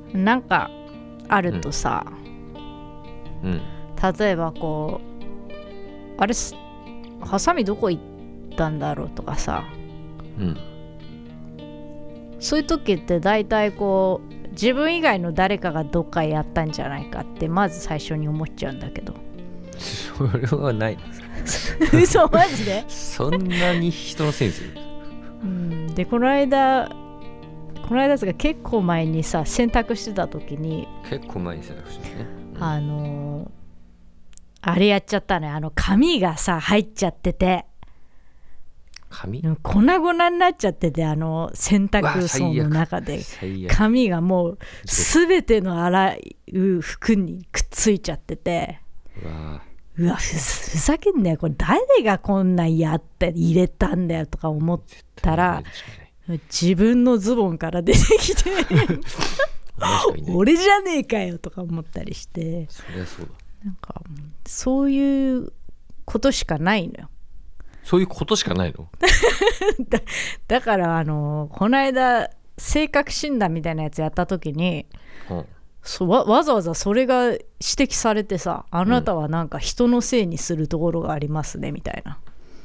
なんかあるとさ、例えばこうあれハサミどこ行ったんだろうとかさ、そういう時って大体こう自分以外の誰かがどっかやったんじゃないかってまず最初に思っちゃうんだけど。 それはない嘘マジでそんなに人のせいにする？ でこの間ですが結構前にさ洗濯してた時に結構前に洗濯してね、 あれやっちゃったね。紙がさ入っちゃってて粉々になっちゃってて、洗濯槽の中で紙がもう全ての洗う服にくっついちゃってて、うわふざけんなよこれ誰がこんなんやって入れたんだよとか思ったら自分のズボンから出てきて俺じゃねえかよとか思ったりして、 そりゃそうだ。 なんかそういうことしかないのよ。 そういうことしかないのだからこの間性格診断みたいなやつやった時に、わざわざそれが指摘されてさ、あなたはなんか人のせいにするところがありますねみたいな。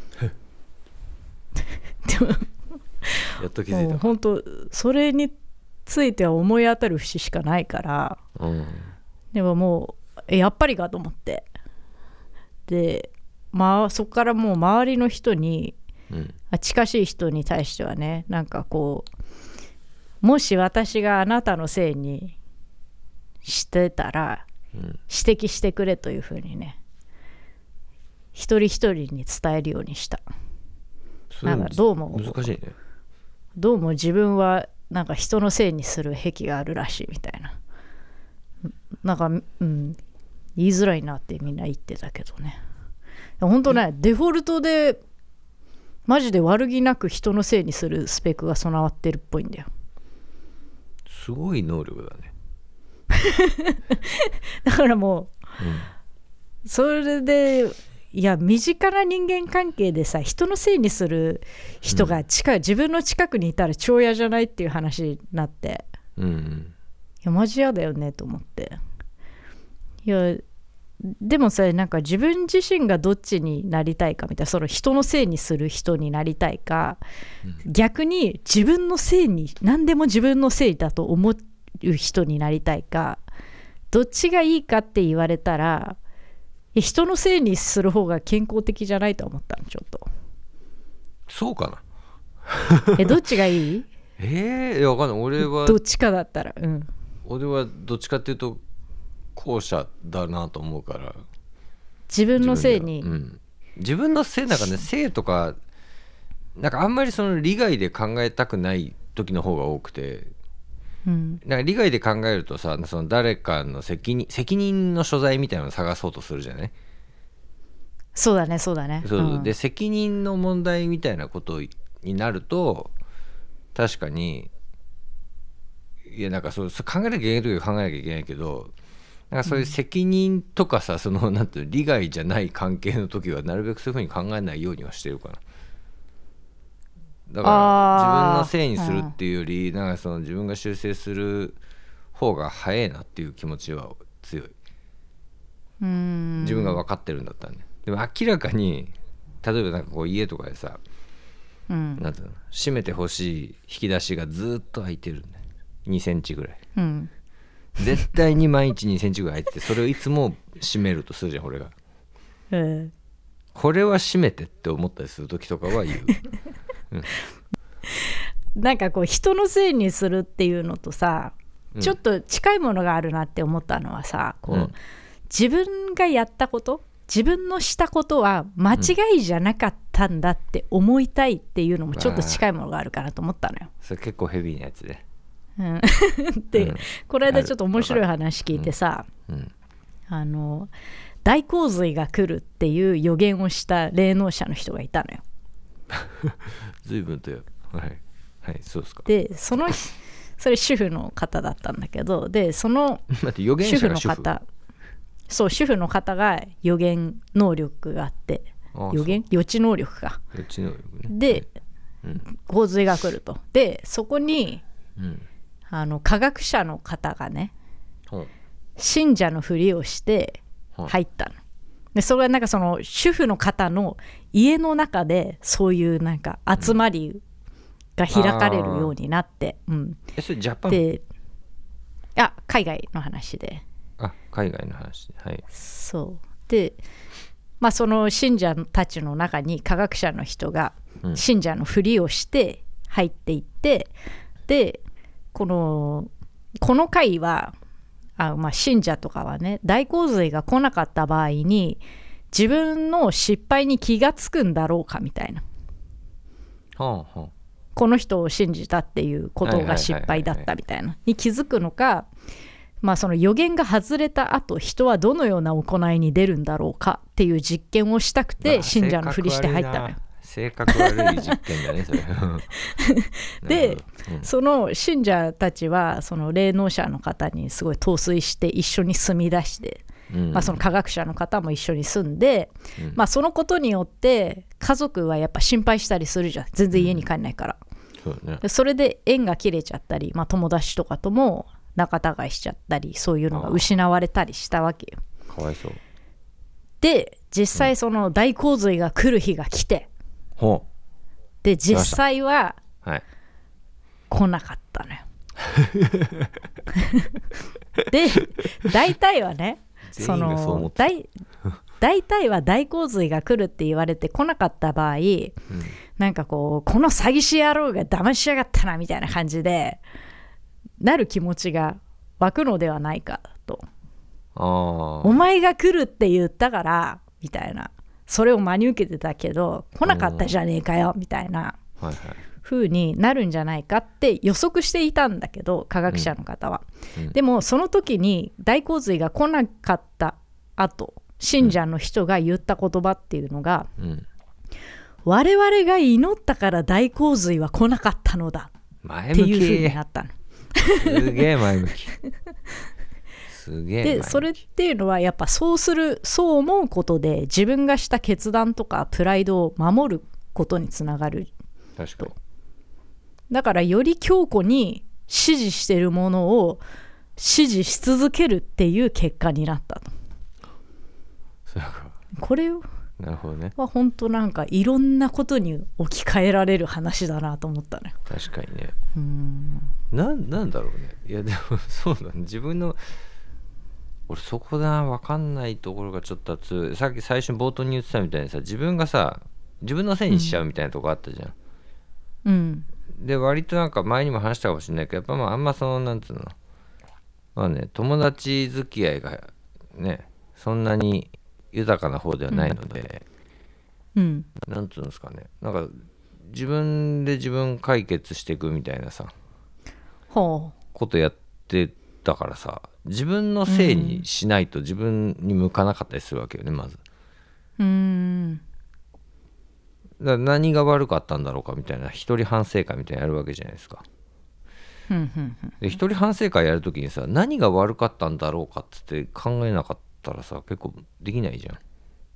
でもやっと気づいた。 本当それについては思い当たる節しかないから、でももうやっぱりかと思って、でそこからもう周りの人に、近しい人に対してはね、なんかこうもし私があなたのせいにしてたら、指摘してくれというふうにね一人一人に伝えるようにした。なんかどうも難しいね。 どうも自分はなんか人のせいにする癖があるらしいみたいな、なんか、言いづらいなってみんな言ってたけどね。本当ね、デフォルトでマジで悪気なく人のせいにするスペックが備わってるっぽいんだよ。 すごい能力だね。 だからもう、それでいや身近な人間関係でさ人のせいにする人が自分の近くにいたら超嫌じゃないっていう話になって、いやマジ嫌だよねと思って、いやでもさ、なんか自分自身がどっちになりたいかみたいな、その人のせいにする人になりたいか、逆に自分のせいに何でも自分のせいだと思う人になりたいか、どっちがいいかって言われたら人のせいにする方が健康的じゃないと思ったの。ちょっとそうかな。 どっちがいい？ いやわかんない。俺はどっちかだったら、 俺はどっちかっていうと後者だなと思うから、 自分のせいに、 自分のせいなんかね、せいとかなんかあんまりその利害で考えたくない時の方が多くて、なんか利害で考えるとさ、その誰かの責任の所在みたいなのを探そうとするじゃない。 そうだねそうだね。 で責任の問題みたいなことになると確かに、いやなんかそう考えなきゃいけない時は考えなきゃいけないけど、なんかそういう責任とかさ、そのなんていうの利害じゃない関係の時はなるべくそういうふうに考えないようにはしてるかな。だから自分のせいにするっていうより、なんかその自分が修正する方が早いなっていう気持ちは強い。自分が分かってるんだったらね。でも明らかに例えばなんかこう家とかでさ、なんていうの、閉めてほしい引き出しがずっと開いてるんだよ。2センチぐらい、絶対に毎日2センチぐらい開いてて、それをいつも閉めるとするじゃん俺が、これは閉めてって思ったりする時とかは言う。 なんかこう人のせいにするっていうのとさ、ちょっと近いものがあるなって思ったのはさ、こう、自分がやったこと、自分のしたことは間違いじゃなかったんだって思いたいっていうのもちょっと近いものがあるかなと思ったのよ。 それ結構ヘビーなやつで、 で、この間ちょっと面白い話聞いてさ、大洪水が来るっていう予言をした霊能者の人がいたのよ。 随分とはいそうですか。 でそれ主婦の方だったんだけど、でその主婦の方、そう主婦の方が予言能力があって、予知能力か、で、洪水が来ると。でそこに、 科学者の方がねうん信者のふりをして入ったの。でそれはなんかその主婦の方の家の中でそういうなんか集まりが開かれるようになって、 それジャパン？ で海外の話で、 海外の話で、はい。 そうで、その信者たちの中に科学者の人が信者のふりをして入っていって、でこの回は信者とかはね、大洪水が来なかった場合に自分の失敗に気がつくんだろうかみたいな、この人を信じたっていうことが失敗だったみたいなに気づくのか、その予言が外れた後人はどのような行いに出るんだろうかっていう実験をしたくて信者のふりして入ったのよ。 性格悪い実験だねそれで、その信者たちはその霊能者の方にすごい陶酔して一緒に住み出して、その科学者の方も一緒に住んで、そのことによって家族はやっぱ心配したりするじゃん、全然家に帰んないから、それで縁が切れちゃったり、友達とかとも仲違いしちゃったり、そういうのが失われたりしたわけよ。 かわいそうで実際その大洪水が来る日が来て、で実際は来なかったのよで大体はね、大体は大洪水が来るって言われて来なかった場合、なんかこの詐欺師野郎が騙しやがったなみたいな感じでなる気持ちが湧くのではないかと。お前が来るって言ったからみたいな、それを真に受けてたけど来なかったじゃねえかよみたいな風になるんじゃないかって予測していたんだけど、科学者の方は、でもその時に大洪水が来なかった後、信者の人が言った言葉っていうのが、我々が祈ったから大洪水は来なかったのだっていう風になったの。 すげえ前向きでそれっていうのはやっぱそう思うことで自分がした決断とかプライドを守ることにつながる。 確かに。 だからより強固に支持しているものを支持し続けるっていう結果になったと。これなるほどね。 は本当なんかいろんなことに置き換えられる話だなと思ったね。 確かにね。なんだろうね。いやでもそうだね、自分の俺そこだ分かんないところがちょっとあって、さっき最初冒頭に言ってたみたいにさ、自分がさ自分のせいにしちゃうみたいなとこあったじゃん。で割となんか前にも話したかもしれないけど、やっぱあんまそのなんつうの友達付き合いがねそんなに豊かな方ではないので、なんつうんですかね、なんか自分で自分解決していくみたいなさことやってたからさ、自分のせいにしないと自分に向かなかったりするわけよね、まず。だから何が悪かったんだろうかみたいな一人反省会みたいなのやるわけじゃないですか。で一人反省会やるときにさ、何が悪かったんだろうかっつって考えなかったらさ結構できないじゃん。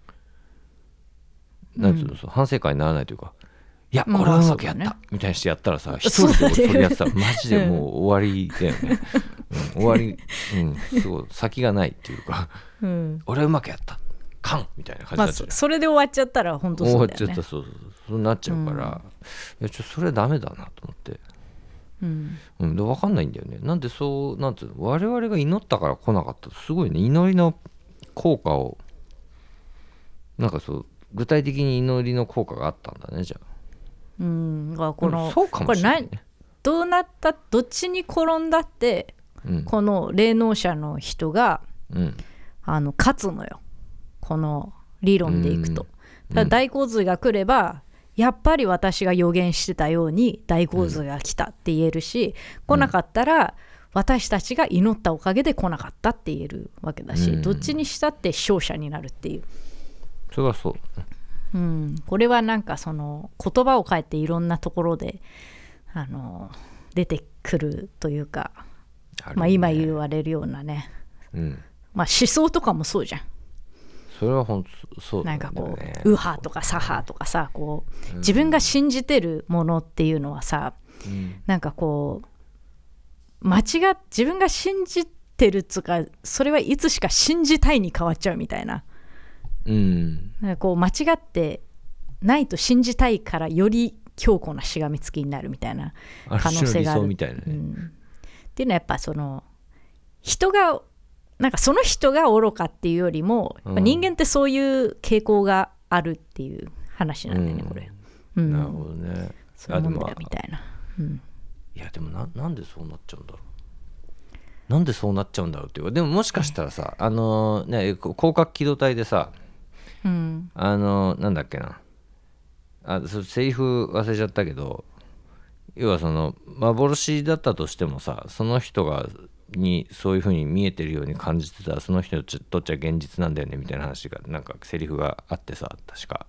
なんつうの、反省会にならないというか、いや俺はうまくやったみたいにしてやったらさ、一人でそれやってたらマジでもう終わりだよね。終わり、すごい先がないっていうか、俺はうまくやったカンみたいな感じになっちゃう。 それで終わっちゃったら本当そうだよね。 終わっちゃった、そうなっちゃうから、いやそれはダメだなと思って、で分かんないんだよね。なんでそうなんていうの、我々が祈ったから来なかった、すごいね、祈りの効果をなんか具体的に祈りの効果があったんだね、じゃあ。そうかもしれないね。 どうなったどっちに転んだって、この霊能者の人が、勝つのよ、この理論でいくと。ただ大洪水が来ればやっぱり私が予言してたように大洪水が来たって言えるし、来なかったら私たちが祈ったおかげで来なかったって言えるわけだし、どっちにしたって勝者になるっていう。 それはそう、 これはなんかその言葉を変えていろんなところで出てくるというか、今言われるようなね、思想とかもそうじゃん。 それは本当そうだね。 なんかこう右派とか左派とかさ、こう自分が信じてるものっていうのはさ、なんかこう自分が信じてるっつうか、それはいつしか信じたいに変わっちゃうみたいな、なんかこう間違ってないと信じたいからより強固なしがみつきになるみたいな可能性がある。 理想みたいなね、 っていうのはやっぱその人がなんかその人が愚かっていうよりも、人間ってそういう傾向があるっていう話なんだよね、これ。 なるほどね。 そうなんだよみたいな。 いやでもなんでそうなっちゃうんだろう。なんでそうなっちゃうんだろうっていうか、でももしかしたらさ、ね、広角機動隊でさ、なんだっけな、セリフ忘れちゃったけど、要はその幻だったとしてもさ、その人にそういう風に見えてるように感じてたら、その人にとっちゃ現実なんだよねみたいな話が、なんかセリフがあってさ、確か。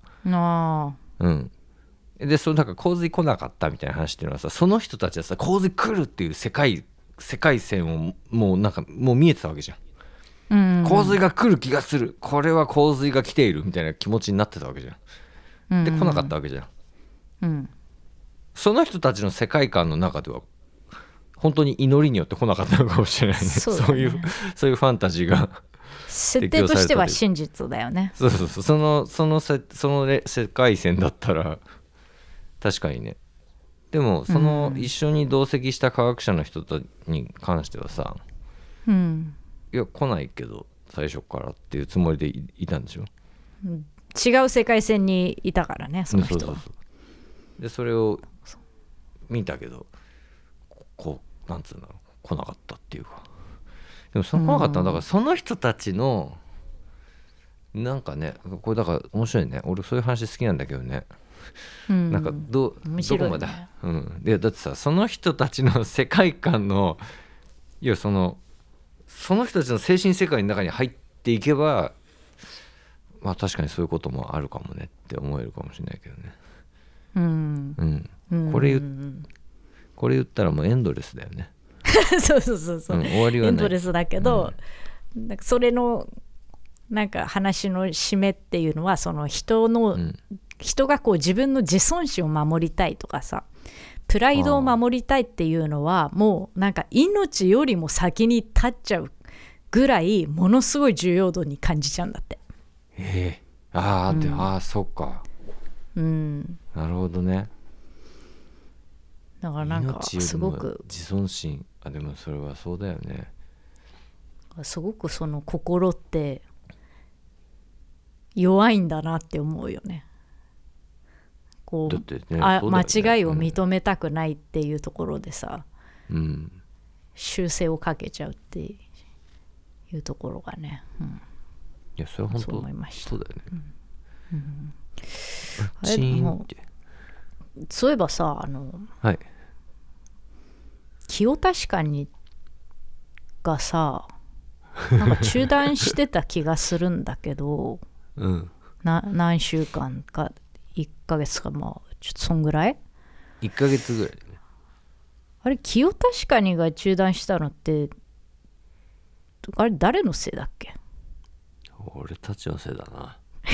でそのなんか洪水来なかったみたいな話っていうのはさ、その人たちはさ、洪水来るっていう世界線をもうなんかもう見えてたわけじゃん。洪水が来る気がする、これは洪水が来ているみたいな気持ちになってたわけじゃん。で来なかったわけじゃん。その人たちの世界観の中では本当に祈りによって来なかったのかもしれないね。そういうファンタジーが設定としては真実だよね。 その世界線だったら確かにね。でもその一緒に同席した科学者の人に関してはさ、いや来ないけど最初からっていうつもりでいたんでしょ。 違う世界線にいたからね、その人は。 でそれを見たけど、なんつうんだろう、来なかったっていうか。でも来なかったのだから、その人たちのなんかね、これだから面白いね。俺そういう話好きなんだけどね。なんかどこまで、でだってさ、その人たちの世界観の、いやその人たちの精神世界の中に入っていけば、まあ確かにそういうこともあるかもねって思えるかもしれないけどね。これ言ったらもうエンドレスだよね。 そう、 終わりはない。 エンドレスだけど、なんかそれのなんか話の締めっていうのは、その人がこう自分の自尊心を守りたいとかさ、プライドを守りたいっていうのは、もうなんか命よりも先に立っちゃうぐらいものすごい重要度に感じちゃうんだって。 そっか。なるほどね。 だからなんかすごく自尊心、でもそれはそうだよね。 すごくその心って弱いんだなって思うよね。こう、だってね、間違いを認めたくないっていうところでさ、修正をかけちゃうっていうところがね、 いやそれは本当そう思いました。 そうだよね。 そういえばさ、清田歯科にがさ、なんか中断してた気がするんだけど、何週間か1ヶ月か、まあちょっとそんぐらい 1ヶ月ぐらいね。 あれ清田歯科にが中断したのって、あれ誰のせいだっけ？ 俺たちのせいだな。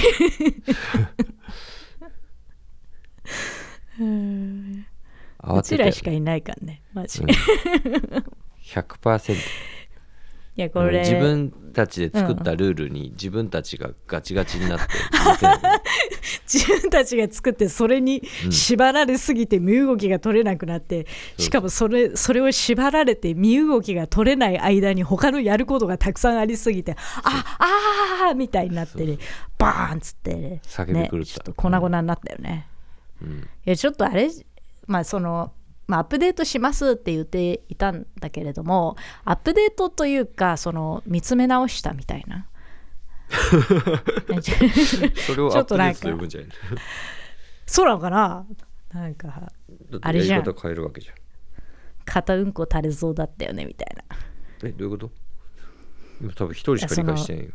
うちらしかいないからね、マジ。 100%。 いやこれ自分たちで作ったルールに自分たちがガチガチになって、 自分たちが作ってそれに縛られすぎて身動きが取れなくなって、しかもそれを縛られて身動きが取れない間に他のやることがたくさんありすぎて、みたいになってね、バーンっつってね、 叫び狂った、 ちょっと粉々になったよね。いやちょっとあれ、アップデートしますって言っていたんだけれども、アップデートというか、その見つめ直したみたいな。 それをアップデートと呼ぶんじゃないの？ そうなのかな。なんかあれじゃん、 やり方変えるわけじゃん。 片うんこ垂れそうだったよねみたいな。 どういうこと？多分一人しか理解してないよ。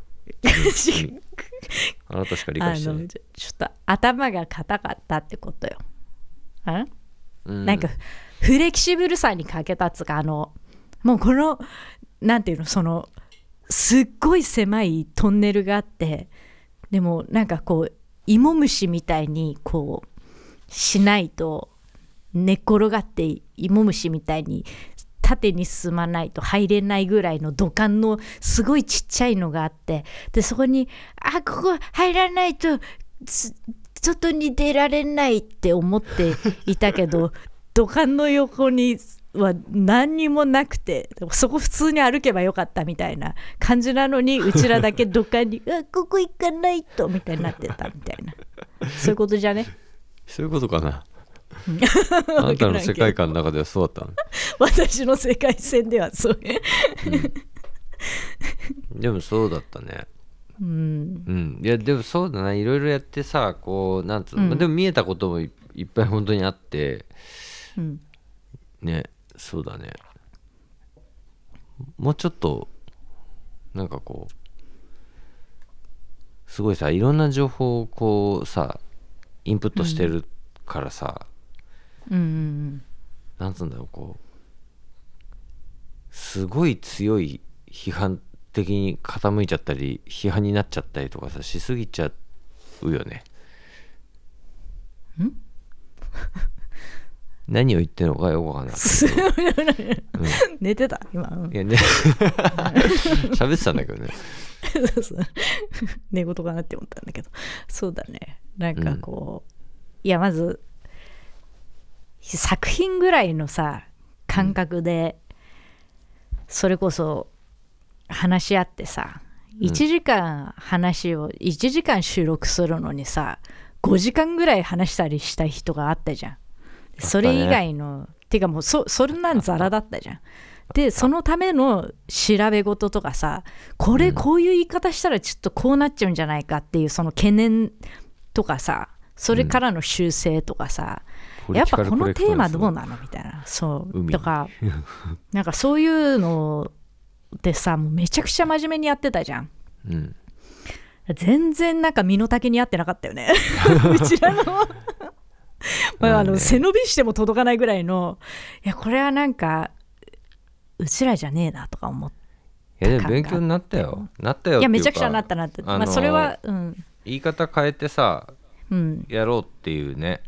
あなたしか理解してない。 ちょっと頭が硬かったってことよ。なんかフレキシブルさに欠けたっつうか、もうこのなんていうの、そのすっごい狭いトンネルがあって、でもなんかこう芋虫みたいにこうしないと寝っ転がって芋虫みたいに縦に進まないと入れないぐらいの土管のすごいちっちゃいのがあって、でそこにここ入らないと外に出られないって思っていたけど土管の横には何にもなくて、そこ普通に歩けばよかったみたいな感じなのに、うちらだけ土管にここ行かないとみたいになってたみたいな、そういうことじゃね。 そういうことかな。あんたの世界観の中ではそうだったの。 私の世界線ではそう、 でもそうだったね。いやでもそうだな、いろいろやってさ、こうなんつうの、でも見えたこともいっぱい本当にあって、ね、そうだね。もうちょっとなんかこうすごいさ、いろんな情報をこうさインプットしてるからさ、なんつうんだろう、こうすごい強い批判的に傾いちゃったり批判になっちゃったりとかさしすぎちゃうよね。何を言ってるのかよくわかんない。 寝てた今、 いやね喋ってたんだけどね。 寝言かなって思ったんだけど、そうだね。なんかこう、いやまず作品ぐらいのさ感覚で、それこそ話し合ってさ、1時間1時間収録するのにさ5時間ぐらい話したりした人があったじゃん。それ以外の、てかもうそんなんザラだったじゃん。でそのための調べ事とかさ、こういう言い方したらちょっとこうなっちゃうんじゃないかっていうその懸念とかさ、それからの修正とかさ、やっぱこのテーマどうなのみたいな、そうとかなんかそういうのでさ、もうめちゃくちゃ真面目にやってたじゃん。全然なんか身の丈に合ってなかったよねうちらの背伸びしても届かないぐらいの、いやこれはなんかうちらじゃねえなとか思って。 いやでも勉強になったよ。なったよっていうか、 いやめちゃくちゃなった、まあ、それは、 言い方変えてさ、やろうっていうね、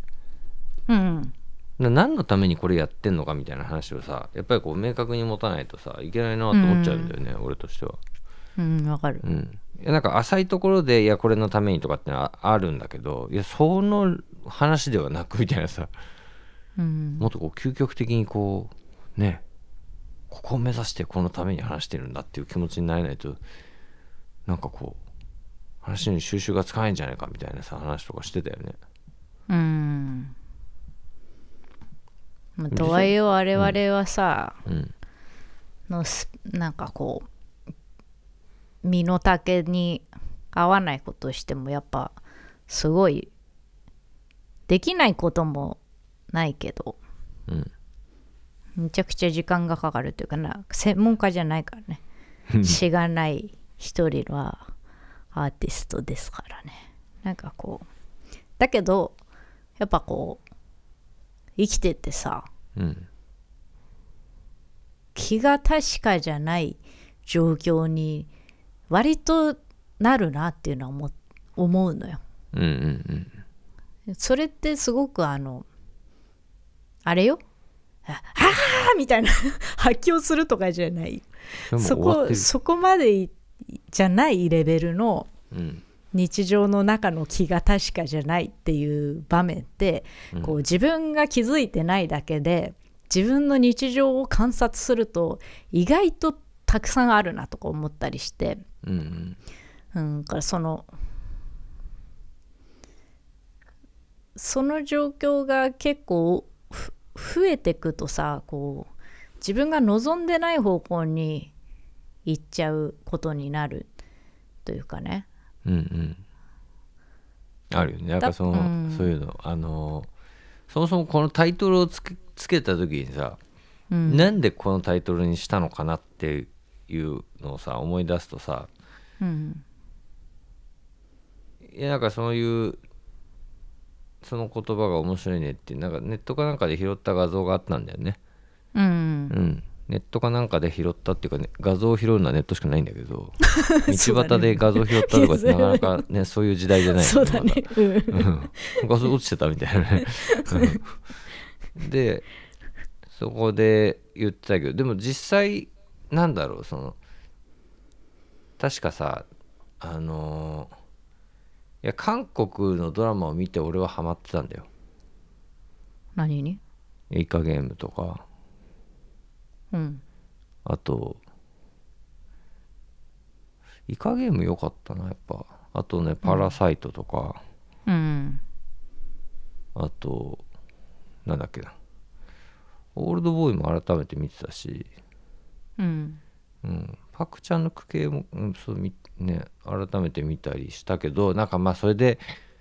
何のためにこれやってんのかみたいな話をさ、やっぱりこう明確に持たないとさいけないなと思っちゃうんだよね、俺としては。 わかる。 いやなんか浅いところでいやこれのためにとかってのはあるんだけど、いやその話ではなくみたいなさ、もっとこう究極的にこうね、ここを目指してこのために話してるんだっていう気持ちになれないと、なんかこう話に収集がつかないんじゃないかみたいなさ話とかしてたよね。 とはいえ我々はさ、なんかこう身の丈に合わないことをしてもやっぱすごいできないこともないけど、めちゃくちゃ時間がかかるというかな、専門家じゃないからねしがない一人のアーティストですからね。なんかこうだけどやっぱこう生きててさ、気が確かじゃない状況に割となるなっていうのは思うのよ。それってすごくあれよ、みたいな発狂するとかじゃない、そこまでじゃないレベルの日常の中の気が確かじゃないっていう場面って、こう自分が気づいてないだけで自分の日常を観察すると意外とたくさんあるなとか思ったりして、からその状況が結構増えてくとさ、こう自分が望んでない方向に行っちゃうことになるというかね。 あるよね。なんかそういうのそもそもこのタイトルをつけた時にさ、なんでこのタイトルにしたのかなっていうのをさ思い出すとさ、いやなんかそういうその言葉が面白いねってなんかネットかなんかで拾った画像があったんだよね。ネットかなんかで拾ったっていうか、ね、画像を拾うのはネットしかないんだけど道端で画像拾ったとかってなかなかねそういう時代じゃないそうだね、 画像落ちてたみたいなねでそこで言ってたけど、でも実際なんだろう、その確かさ、いや韓国のドラマを見て俺はハマってたんだよ。 何に？ イカゲームとか、 うん。 あとイカゲーム良かったなやっぱ。あとねパラサイトとか、 うん。 あとなんだっけな、オールドボーイも改めて見てたし、 うん。 うん、パクチャンのク系も、うん、そうね、改めて見たりしたけど、なんかまあそれで、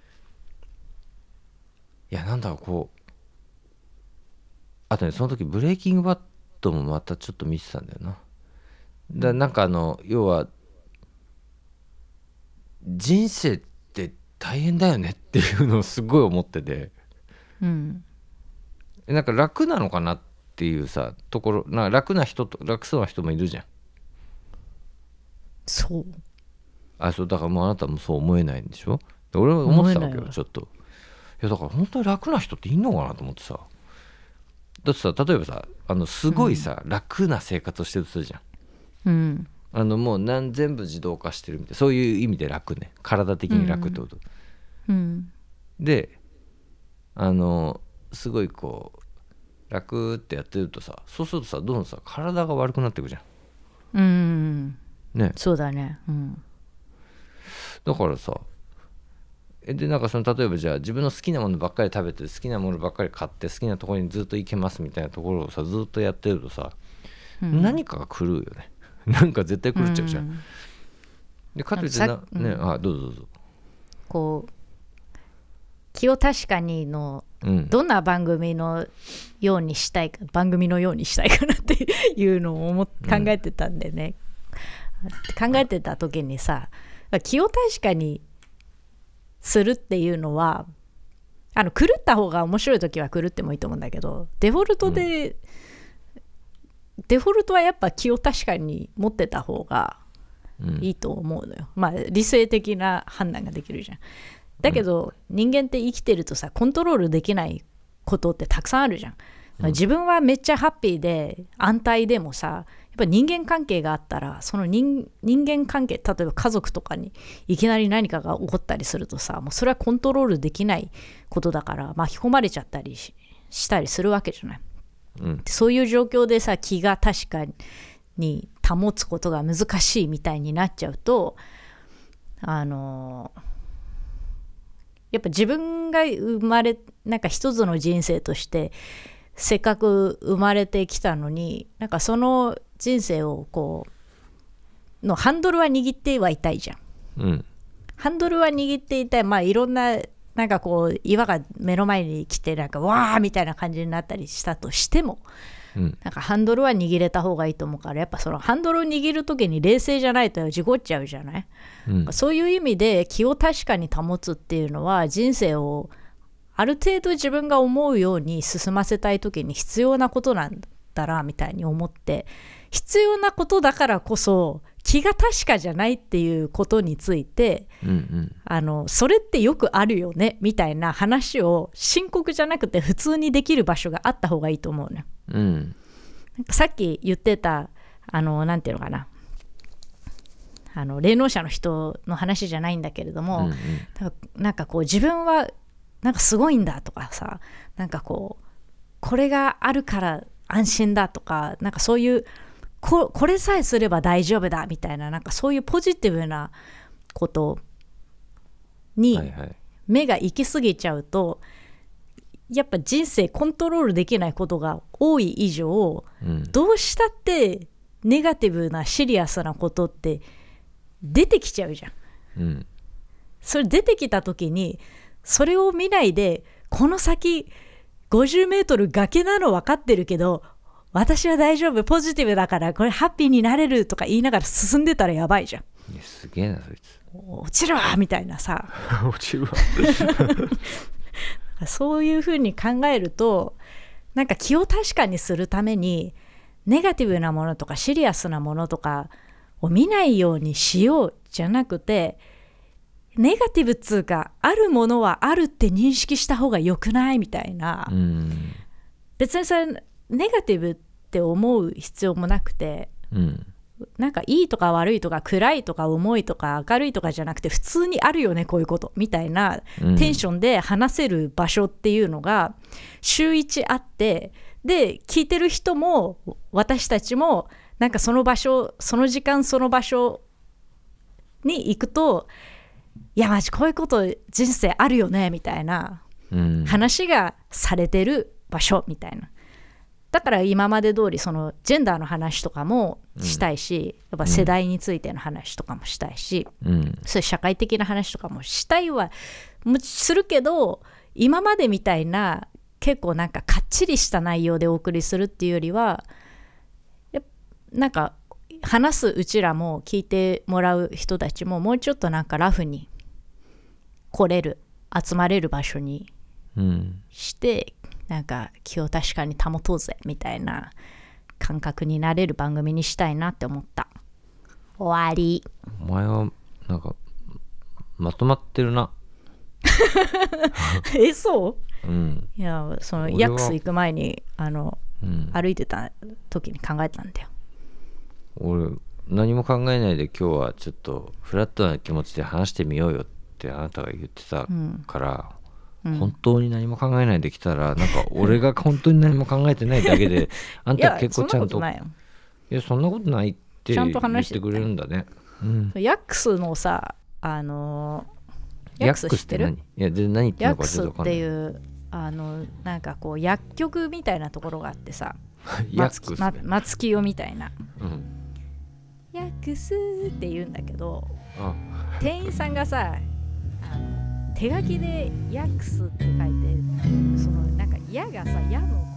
いやなんだろう、こうあとね、その時ブレイキングバッドもまたちょっと見てたんだよな。なんか要は人生って大変だよねっていうのをすごい思ってて、 うん。 なんか楽なのかなっていうさところ、なんか楽な人と楽そうな人もいるじゃん。 そう。 そうだからもうあなたもそう思えないんでしょ。で俺は思ってたわけよ、ちょっと。いやだから本当に楽な人っていんのかなと思ってさ。だってさ、例えばさ、すごいさ、楽な生活をしてるとするじゃん。 うん。 もう全部自動化してるみたいな、そういう意味で楽ね、体的に楽ってこと。 うん。 で、すごいこう楽ってやってるとさ、そうするとさ、どんどんさ体が悪くなっていくじゃん。 うん。 ね。 そうだね。うん。 だからさ、でなんかその例えばじゃあ自分の好きなものばっかり食べて好きなものばっかり買って好きなところにずっと行けますみたいなところをさずっとやってるとさ、何かが狂うよね。なんか絶対狂っちゃうじゃん。でかといってね、どうぞどうぞ。 こう気を確かにの、どんな番組のようにしたいか、番組のようにしたいかなっていうのを考えてたんでね、考えてた時にさ、気を確かにするっていうのは狂った方が面白い時は狂ってもいいと思うんだけど、デフォルトはやっぱ気を確かに持ってた方がいいと思うのよ。まあ理性的な判断ができるじゃん。だけど、人間って生きてるとさ、コントロールできないことってたくさんあるじゃん。自分はめっちゃハッピーで安泰でもさ、やっぱ人間関係があったら、その人間関係、例えば家族とかにいきなり何かが起こったりするとさ、もうそれはコントロールできないことだから巻き込まれちゃったりしたりするわけじゃない。そういう状況でさ、気が確かに保つことが難しいみたいになっちゃうと、やっぱ自分がなんか一つの人生としてせっかく生まれてきたのに、なんかその人生をこうのハンドルは握ってはいたいじゃん。ハンドルは握っていたい。まあいろんななんかこう岩が目の前に来てなんかわーみたいな感じになったりしたとしても、なんかハンドルは握れた方がいいと思うから、やっぱそのハンドルを握る時に冷静じゃないと事故っちゃうじゃない。そういう意味で気を確かに保つっていうのは、人生をある程度自分が思うように進ませたい時に必要なことなんだなみたいに思って、必要なことだからこそ気が確かじゃないっていうことについて、それってよくあるよねみたいな話を深刻じゃなくて普通にできる場所があった方がいいと思うね。なんかさっき言ってたなんていうのかな、霊能者の人の話じゃないんだけれども、なんかこう自分はなんかすごいんだとかさ、なんかこれがあるから安心だとか、なんかそういうこれさえすれば大丈夫だみたいな、なんかそういうポジティブなことに目が行き過ぎちゃうと、やっぱ人生コントロールできないことが多い以上、どうしたってネガティブなシリアスなことって出てきちゃうじゃん。それ出てきた時にそれを見ないで、この先50メートル崖なの分かってるけど私は大丈夫、ポジティブだからこれハッピーになれるとか言いながら進んでたらやばいじゃん。 いやすげえなそいつ。 落ちるわみたいなさ落ちるわそういうふうに考えると、なんか気を確かにするためにネガティブなものとかシリアスなものとかを見ないようにしようじゃなくて、ネガティブっつうかあるものはあるって認識した方がよくないみたいな。別にそれネガティブって思う必要もなくて、なんかいいとか悪いとか暗いとか重いとか明るいとかじゃなくて普通にあるよねこういうことみたいなテンションで話せる場所っていうのが週1あって、で聞いてる人も私たちもなんかその場所その時間その場所に行くと、いやマジこういうこと人生あるよねみたいな話がされてる場所みたいな。だから今まで通りそのジェンダーの話とかもしたいし、やっぱ世代についての話とかもしたいし、そういう社会的な話とかもしたいはするけど、今までみたいな結構なんかかっちりした内容でお送りするっていうよりは、なんか話すうちらも聞いてもらう人たちももうちょっとなんかラフに来れる集まれる場所にして、なんか気を確かに保とうぜみたいな感覚になれる番組にしたいなって思った。終わり。 お前はなんかまとまってるな。 そう、いやそのヤックス行く前に歩いてた時に考えたんだよ。 俺何も考えないで今日はちょっとフラットな気持ちで話してみようよってあなたが言ってたから、本当に何も考えないで来たら、なんか俺が本当に何も考えてないだけであんた結構ちゃんといやそんなことないって言ってくれるんだね。 ヤックスのさヤックス知ってる？ いや何言ってるのかちょっと分かんない。 ヤックスっていうなんかこう薬局みたいなところがあってさ、松清みたいな、ヤックスって言うんだけど、店員さんがさ手書きでヤックスって書いて、そのなんか矢がさ矢の